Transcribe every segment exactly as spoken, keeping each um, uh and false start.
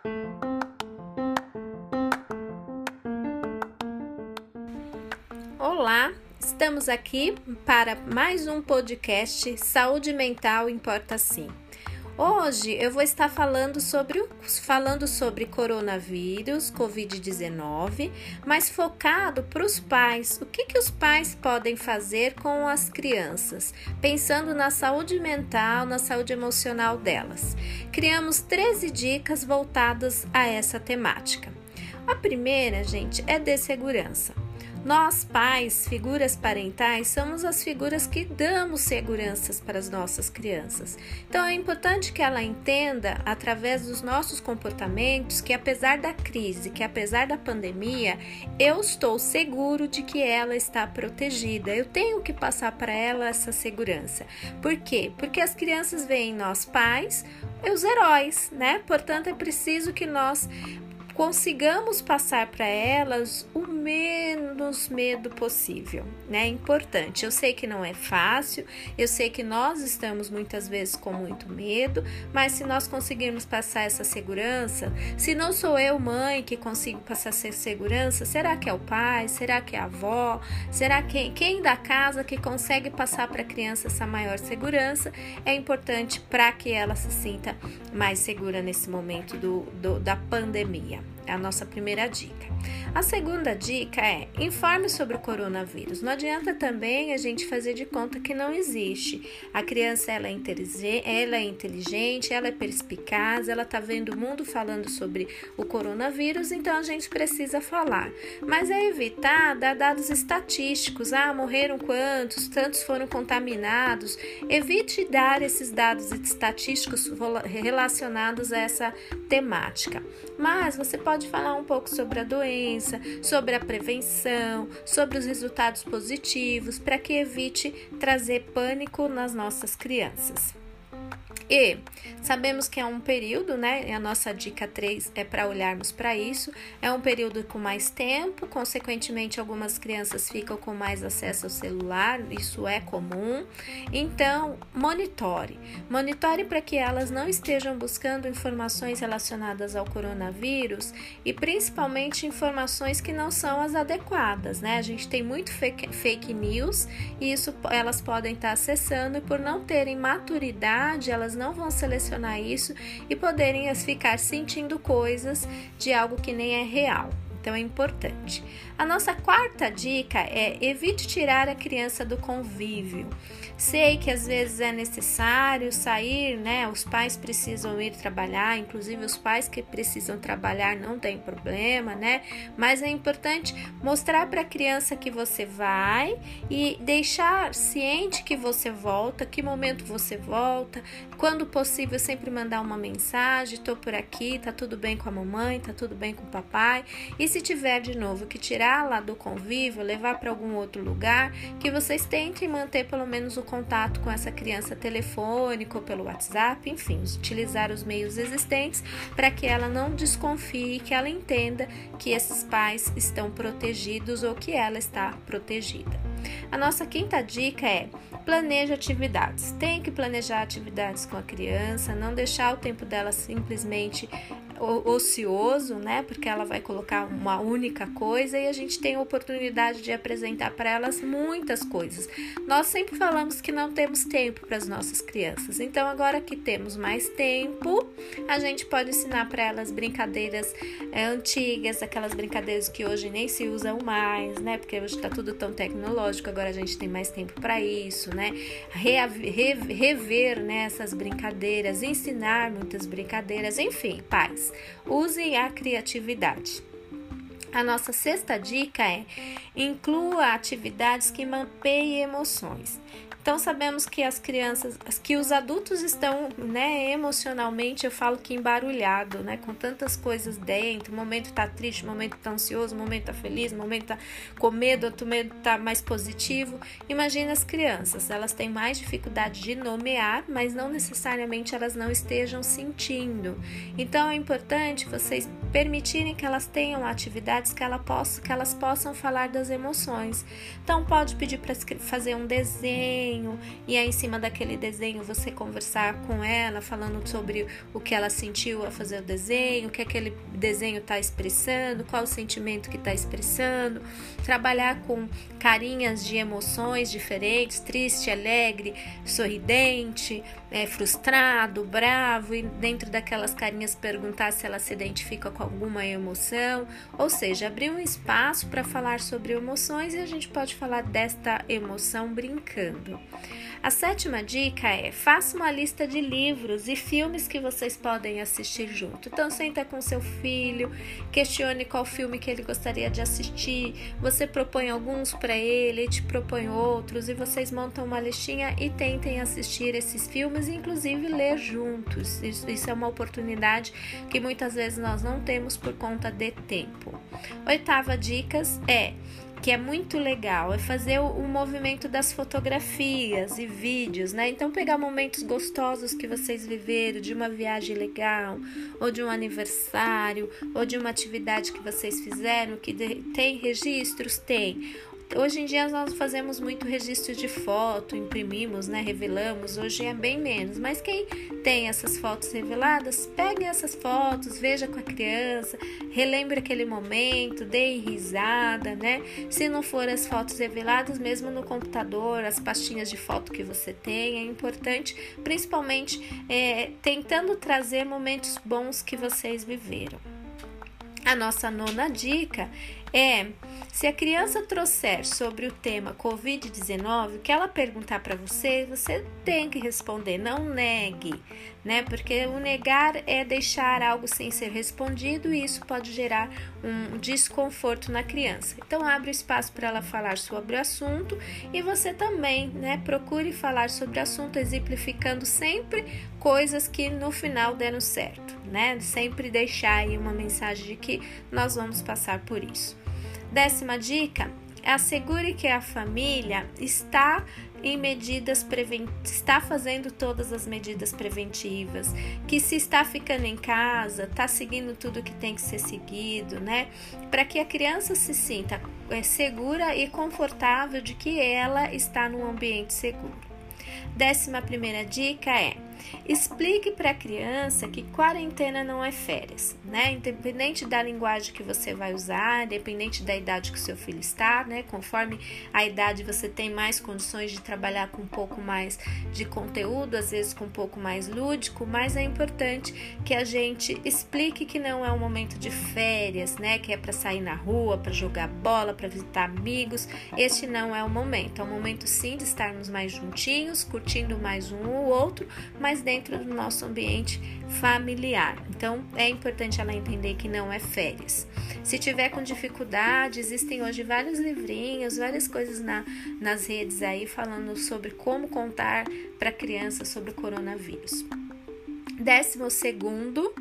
Olá, estamos aqui para mais um podcast Saúde Mental Importa Sim. Hoje eu vou estar falando sobre, falando sobre coronavírus, covid dezenove, mas focado para os pais. O que, que os pais podem fazer com as crianças, pensando na saúde mental, na saúde emocional delas. Criamos treze dicas voltadas a essa temática. A primeira, gente, é de segurança. Nós, pais, figuras parentais, somos as figuras que damos seguranças para as nossas crianças. Então, é importante que ela entenda, através dos nossos comportamentos, que apesar da crise, que apesar da pandemia, eu estou seguro de que ela está protegida. Eu tenho que passar para ela essa segurança. Por quê? Porque as crianças veem nós, pais, os heróis, né? Portanto, é preciso que nós consigamos passar para elas o menos medo possível, né? É importante. Eu sei que não é fácil, eu sei que nós estamos muitas vezes com muito medo, mas se nós conseguirmos passar essa segurança, se não sou eu, mãe, que consigo passar essa segurança, será que é o pai? Será que é a avó? Será que quem da casa que consegue passar para a criança essa maior segurança? É importante para que ela se sinta mais segura nesse momento do, do, da pandemia. É a nossa primeira dica. A segunda dica é: informe sobre o coronavírus. Não adianta também a gente fazer de conta que não existe. A criança ela é inteligente, ela é, inteligente, ela é perspicaz, ela está vendo o mundo falando sobre o coronavírus, então a gente precisa falar. Mas é evitar dar dados estatísticos. Ah, morreram quantos? Tantos foram contaminados. Evite dar esses dados estatísticos relacionados a essa temática. Mas você pode Pode falar um pouco sobre a doença, sobre a prevenção, sobre os resultados positivos, para que evite trazer pânico nas nossas crianças. E sabemos que é um período, né? A nossa dica três é para olharmos para isso. É um período com mais tempo, consequentemente, algumas crianças ficam com mais acesso ao celular, isso é comum. Então, monitore. Monitore para que elas não estejam buscando informações relacionadas ao coronavírus e principalmente informações que não são as adequadas, né? A gente tem muito fake, fake news e isso elas podem estar acessando e por não terem maturidade, elas não vão selecionar isso e poderem ficar sentindo coisas de algo que nem é real. Então é importante. A nossa quarta dica é: evite tirar a criança do convívio. Sei que às vezes é necessário sair, né? Os pais precisam ir trabalhar, inclusive os pais que precisam trabalhar não tem problema, né? Mas é importante mostrar para a criança que você vai e deixar ciente que você volta, que momento você volta, quando possível sempre mandar uma mensagem: tô por aqui, tá tudo bem com a mamãe, tá tudo bem com o papai. E se tiver de novo que tirar lá do convívio, levar para algum outro lugar, que vocês tentem manter pelo menos o contato com essa criança telefônico ou pelo WhatsApp, enfim, utilizar os meios existentes para que ela não desconfie, que ela entenda que esses pais estão protegidos ou que ela está protegida. A nossa quinta dica é: planeje atividades. Tem que planejar atividades com a criança, não deixar o tempo dela simplesmente ocioso, né? Porque ela vai colocar uma única coisa e a gente tem a oportunidade de apresentar para elas muitas coisas. Nós sempre falamos que não temos tempo para as nossas crianças, então agora que temos mais tempo, a gente pode ensinar para elas brincadeiras é, antigas, aquelas brincadeiras que hoje nem se usam mais, né? Porque hoje está tudo tão tecnológico, agora a gente tem mais tempo para isso, né? Rever, rever né, essas brincadeiras, ensinar muitas brincadeiras, enfim, pais, usem a criatividade. A nossa sexta dica é: inclua atividades que mapeiem emoções. Então, sabemos que as crianças, que os adultos estão, né, emocionalmente, eu falo que embarulhado, né, com tantas coisas dentro. O momento tá triste, o momento tá ansioso, o momento tá feliz, o momento tá com medo, outro medo tá mais positivo. Imagina as crianças, elas têm mais dificuldade de nomear, mas não necessariamente elas não estejam sentindo. Então, é importante vocês permitirem que elas tenham atividades que, ela possa, que elas possam falar das emoções. Então pode pedir para fazer um desenho e aí em cima daquele desenho você conversar com ela, falando sobre o que ela sentiu ao fazer o desenho, o que aquele desenho está expressando, qual o sentimento que está expressando, trabalhar com carinhas de emoções diferentes, triste, alegre, sorridente, é, frustrado, bravo, e dentro daquelas carinhas perguntar se ela se identifica com alguma emoção, ou seja, abrir um espaço para falar sobre emoções e a gente pode falar desta emoção brincando. A sétima dica é: faça uma lista de livros e filmes que vocês podem assistir junto. Então senta com seu filho, questione qual filme que ele gostaria de assistir, você propõe alguns para ele, ele te propõe outros e vocês montam uma listinha e tentem assistir esses filmes e inclusive ler juntos. Isso, isso é uma oportunidade que muitas vezes nós não temos por conta de tempo. Oitava dica é que é muito legal, é fazer o, o movimento das fotografias e vídeos, né? Então pegar momentos gostosos que vocês viveram, de uma viagem legal, ou de um aniversário, ou de uma atividade que vocês fizeram, que de, tem registros? Tem. Hoje em dia nós fazemos muito registro de foto, imprimimos, né, revelamos, hoje é bem menos, mas quem tem essas fotos reveladas, pegue essas fotos, veja com a criança, relembre aquele momento, dê risada, né? Se não for as fotos reveladas, mesmo no computador, as pastinhas de foto que você tem, é importante, principalmente é, tentando trazer momentos bons que vocês viveram. A nossa nona dica é: se a criança trouxer sobre o tema covid dezenove, o que ela perguntar para você, você tem que responder, não negue, né? Porque o negar é deixar algo sem ser respondido e isso pode gerar um desconforto na criança. Então abre espaço para ela falar sobre o assunto e você também, né? Procure falar sobre o assunto, exemplificando sempre coisas que no final deram certo, né? Sempre deixar aí uma mensagem de que nós vamos passar por isso. Décima dica: assegure que a família está em medidas preventivas, está fazendo todas as medidas preventivas, que se está ficando em casa, está seguindo tudo que tem que ser seguido, né? Para que a criança se sinta é, segura e confortável de que ela está num ambiente seguro. Décima primeira dica é: explique para a criança que quarentena não é férias, né? Independente da linguagem que você vai usar, independente da idade que o seu filho está, né? Conforme a idade você tem mais condições de trabalhar com um pouco mais de conteúdo, às vezes com um pouco mais lúdico, mas é importante que a gente explique que não é um momento de férias, né? Que é para sair na rua, para jogar bola, para visitar amigos. Este não é o momento. É o momento sim de estarmos mais juntinhos, curtindo mais um ou outro, mas dentro do nosso ambiente familiar. Então, é importante ela entender que não é férias. Se tiver com dificuldade, existem hoje vários livrinhos, várias coisas na, nas redes aí falando sobre como contar para a criança sobre o coronavírus. Décimo segundo,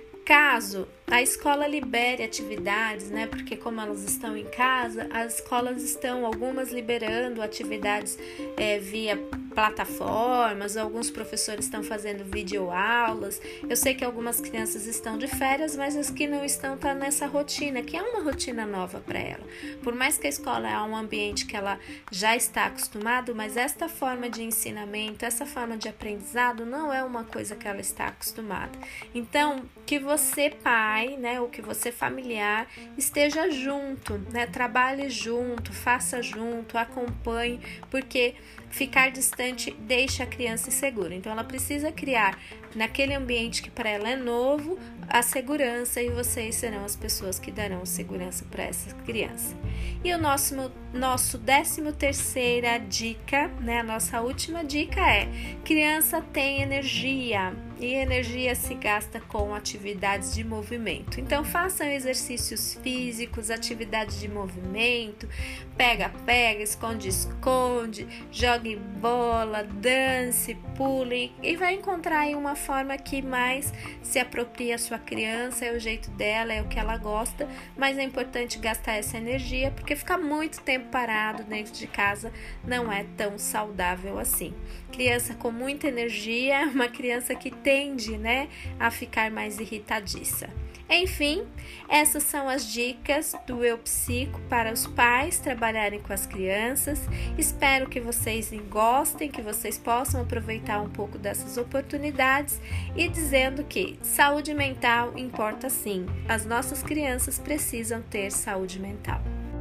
caso a escola libere atividades, né? Porque como elas estão em casa, as escolas estão, algumas liberando atividades é, via plataformas, alguns professores estão fazendo videoaulas. Eu sei que algumas crianças estão de férias, mas as que não estão estão nessa rotina, que é uma rotina nova para ela. Por mais que a escola é um ambiente que ela já está acostumada, mas esta forma de ensinamento, essa forma de aprendizado não é uma coisa que ela está acostumada. Então, que você, pai, né, ou que você, familiar, esteja junto, né, trabalhe junto, faça junto, acompanhe, porque ficar distante deixa a criança insegura. Então, ela precisa criar naquele ambiente que para ela é novo a segurança, e vocês serão as pessoas que darão segurança para essa criança. E o nosso, nosso décimo terceira dica, né, a nossa última dica é: criança tem energia. E energia se gasta com atividades de movimento. Então, façam exercícios físicos, atividades de movimento, pega-pega, esconde-esconde, jogue bola, dance, pule, e vai encontrar aí uma forma que mais se apropria a sua criança, é o jeito dela, é o que ela gosta, mas é importante gastar essa energia, porque ficar muito tempo parado dentro de casa não é tão saudável assim. Criança com muita energia é uma criança que tende, né, a ficar mais irritadiça. Enfim, essas são as dicas do Eu Psico para os pais trabalharem com as crianças. Espero que vocês gostem, que vocês possam aproveitar um pouco dessas oportunidades e dizendo que saúde mental importa sim. As nossas crianças precisam ter saúde mental.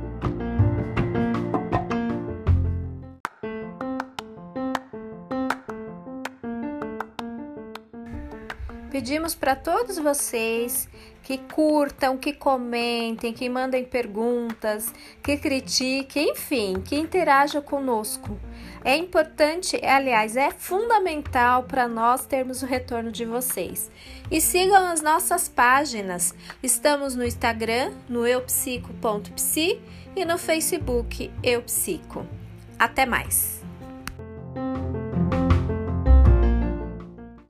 Pedimos para todos vocês que curtam, que comentem, que mandem perguntas, que critiquem, enfim, que interajam conosco. É importante, aliás, é fundamental para nós termos o retorno de vocês. E sigam as nossas páginas. Estamos no Instagram, no eu psico ponto psi e no Facebook Eu Psico. Até mais!